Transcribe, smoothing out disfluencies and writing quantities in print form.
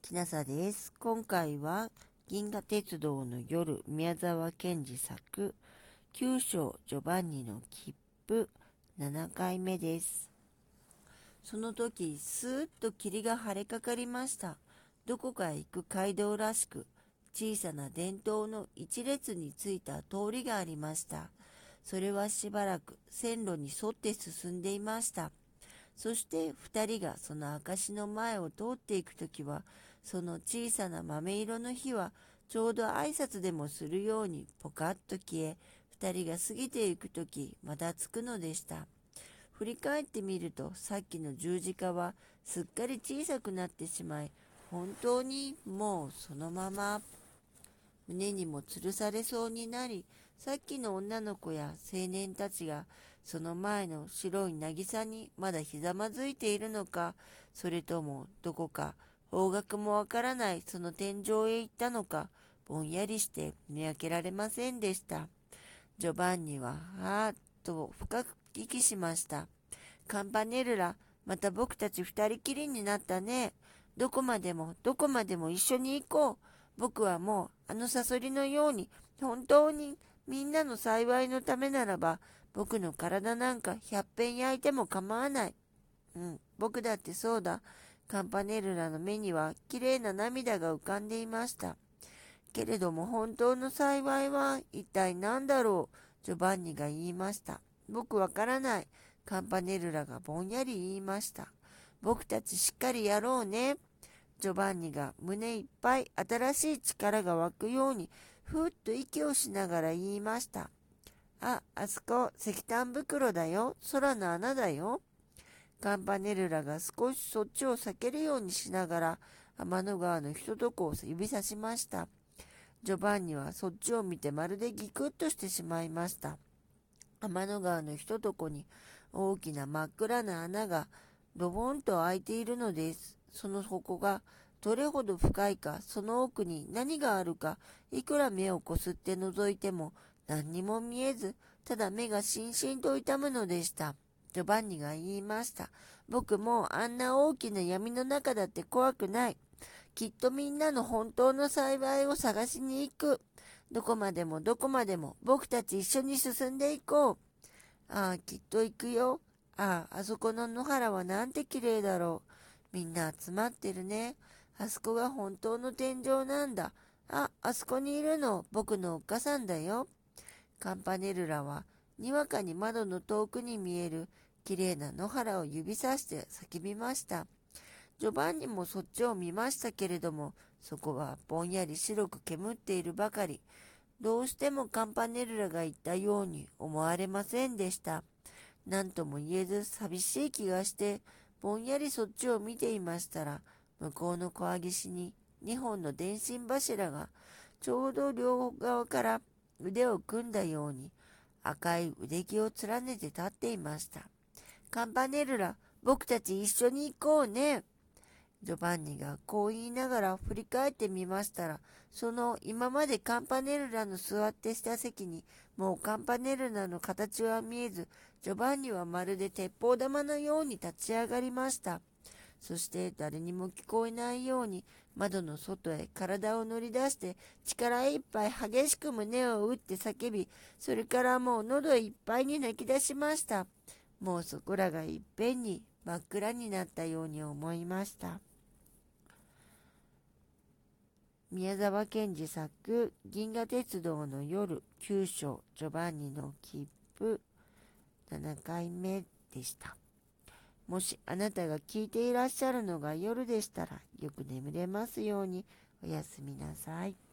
きなさです。今回は銀河鉄道の夜、宮沢賢治作9章ジョバンニの切符7回目です。その時、スーッと霧が晴れかかりました。どこかへ行く街道らしく、小さな電灯の一列についた通りがありました。それはしばらく線路に沿って進んでいました。そして二人がその証の前を通っていくときは、その小さな豆色の火はちょうど挨拶でもするようにポカッと消え、二人が過ぎていくときまたつくのでした。振り返ってみると、さっきの十字架はすっかり小さくなってしまい、本当にもうそのまま胸にも吊るされそうになり、さっきの女の子や青年たちがその前の白い渚にまだひざまずいているのか、それともどこか方角もわからないその天井へ行ったのか、ぼんやりして見分けられませんでした。ジョバンニはあーっと深く息しました。カンパネルラ、また僕たち二人きりになったね。どこまでもどこまでも一緒に行こう。僕はもうあのサソリのように本当にみんなの幸いのためならば僕の体なんか100遍焼いても構わない。僕だってそうだ。カンパネルラの目にはきれいな涙が浮かんでいました。けれども本当の幸いは一体何だろう。ジョバンニが言いました。僕わからない。カンパネルラがぼんやり言いました。僕たちしっかりやろうね。ジョバンニが胸いっぱい新しい力が湧くようにふっと息をしながら言いました。あそこ石炭袋だよ。空の穴だよ。カンパネルラが少しそっちを避けるようにしながら天の川のひととこを指さしました。ジョバンニはそっちを見てまるでギクッとしてしまいました。天の川のひととこに大きな真っ暗な穴がドボンと開いているのです。その底がどれほど深いか、その奥に何があるか、いくら目をこすって覗いても何にも見えず、ただ目がしんしんと痛むのでした。ジョバンニが言いました。僕もうあんな大きな闇の中だって怖くない。きっとみんなの本当の幸いを探しに行く。どこまでもどこまでも僕たち一緒に進んでいこう。きっと行くよ。あそこの野原はなんて綺麗だろう。みんな集まってるね。あそこが本当の天井なんだ。あそこにいるの僕のおっかさんだよ。カンパネルラはにわかに窓の遠くに見える綺麗な野原を指さして叫びました。ジョバンニもそっちを見ましたけれども、そこはぼんやり白く煙っているばかり。どうしてもカンパネルラが言ったように思われませんでした。何とも言えず寂しい気がして、ぼんやりそっちを見ていましたら、向こうの小岸に2本の電信柱がちょうど両側から腕を組んだように赤い腕木を連ねて立っていました。カンパネルラ、僕たち一緒に行こうね。ジョバンニがこう言いながら振り返ってみましたら、その今までカンパネルラの座ってした席にもうカンパネルラの形は見えず、ジョバンニはまるで鉄砲玉のように立ち上がりました。そして誰にも聞こえないように窓の外へ体を乗り出して力いっぱい激しく胸を打って叫び、それからもう喉いっぱいに泣き出しました。もうそこらがいっぺんに真っ暗になったように思いました。宮沢賢治作銀河鉄道の夜9章ジョバンニの切符7回目でした。もしあなたが聞いていらっしゃるのが夜でしたらよく眠れますように。おやすみなさい。